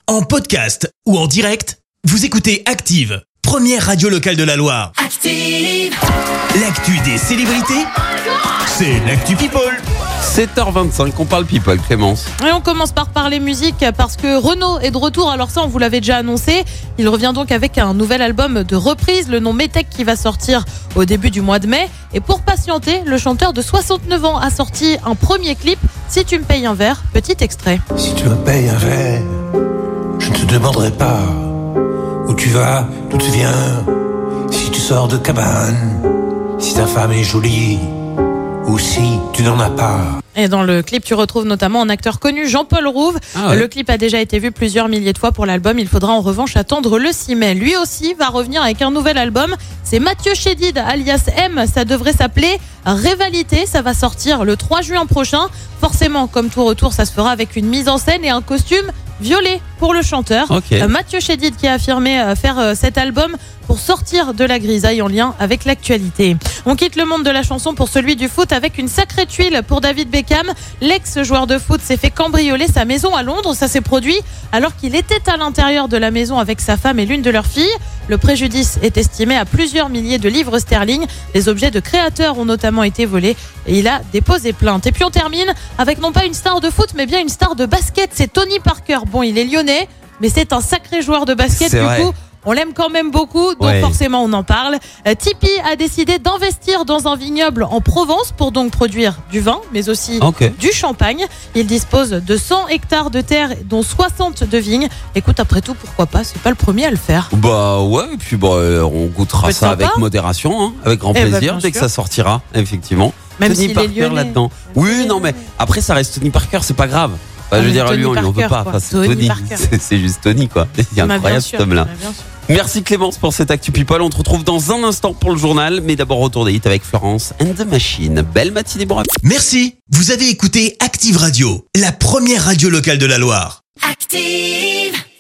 En podcast ou en direct, vous écoutez Active, première radio locale de la Loire. Active! L'actu des célébrités, c'est l'actu People. 7h25, on parle people, Clémence. Et on commence par parler musique parce que Renaud est de retour. Alors ça, on vous l'avait déjà annoncé. Il revient donc avec un nouvel album de reprise, le nom Métèque, qui va sortir au début du mois de mai. Et pour patienter, le chanteur de 69 ans a sorti un premier clip, Si tu me payes un verre, petit extrait. Si tu me payes un verre, je ne te demanderai pas où tu vas, d'où tu viens, si tu sors de cabane, si ta femme est jolie ou si tu n'en as pas. Et dans le clip, tu retrouves notamment un acteur connu, Jean-Paul Rouve. Ah ouais. Le clip a déjà été vu plusieurs milliers de fois pour l'album. Il faudra en revanche attendre le 6 mai. Lui aussi va revenir avec un nouvel album. C'est Mathieu Chédid, alias M. Ça devrait s'appeler Rivalité. Ça va sortir le 3 juin prochain. Forcément, comme tout retour, ça se fera avec une mise en scène et un costume violet pour le chanteur. Okay. Mathieu Chédid qui a affirmé faire cet album pour sortir de la grisaille en lien avec l'actualité. On quitte le monde de la chanson pour celui du foot avec une sacrée tuile pour David Beckham. L'ex-joueur de foot s'est fait cambrioler sa maison à Londres. Ça s'est produit alors qu'il était à l'intérieur de la maison avec sa femme et l'une de leurs filles. Le préjudice est estimé à plusieurs milliers de livres sterling. Les objets de créateurs ont notamment été volés et il a déposé plainte. Et puis on termine avec non pas une star de foot mais bien une star de basket. C'est Tony Parker. Bon, il est lyonnais, mais c'est un sacré joueur de basket. C'est vrai. Du coup, on l'aime quand même beaucoup, donc Ouais. forcément on en parle. Tipeee a décidé d'investir dans un vignoble en Provence pour donc produire du vin, mais aussi Ok. du champagne. Il dispose de 100 hectares de terre, dont 60 de vignes. Écoute, après tout, pourquoi pas, c'est pas le premier à le faire. Bah ouais, et puis on goûtera Peut-être ça sympa. avec modération, hein, avec grand Eh ben, plaisir, bien dès que sûr. ça sortira, effectivement. Même Tony s'il est Parker lyonnais. là-dedans. Oui, non mais après ça reste Tony Parker, c'est pas grave. Bah, je veux mais dire, Tony lui, on lui en veut Parker, pas. quoi. Enfin, c'est Tony Tony. Parker. C'est juste Tony, quoi. C'est Bah, bien incroyable sûr, cet homme-là. bah, bien sûr. Merci Clémence pour cette Actu People. On te retrouve dans un instant pour le journal. Mais d'abord, retour des hits avec Florence and the Machine. Belle matinée, bon appétit. Merci, vous avez écouté Active Radio, la première radio locale de la Loire. Active!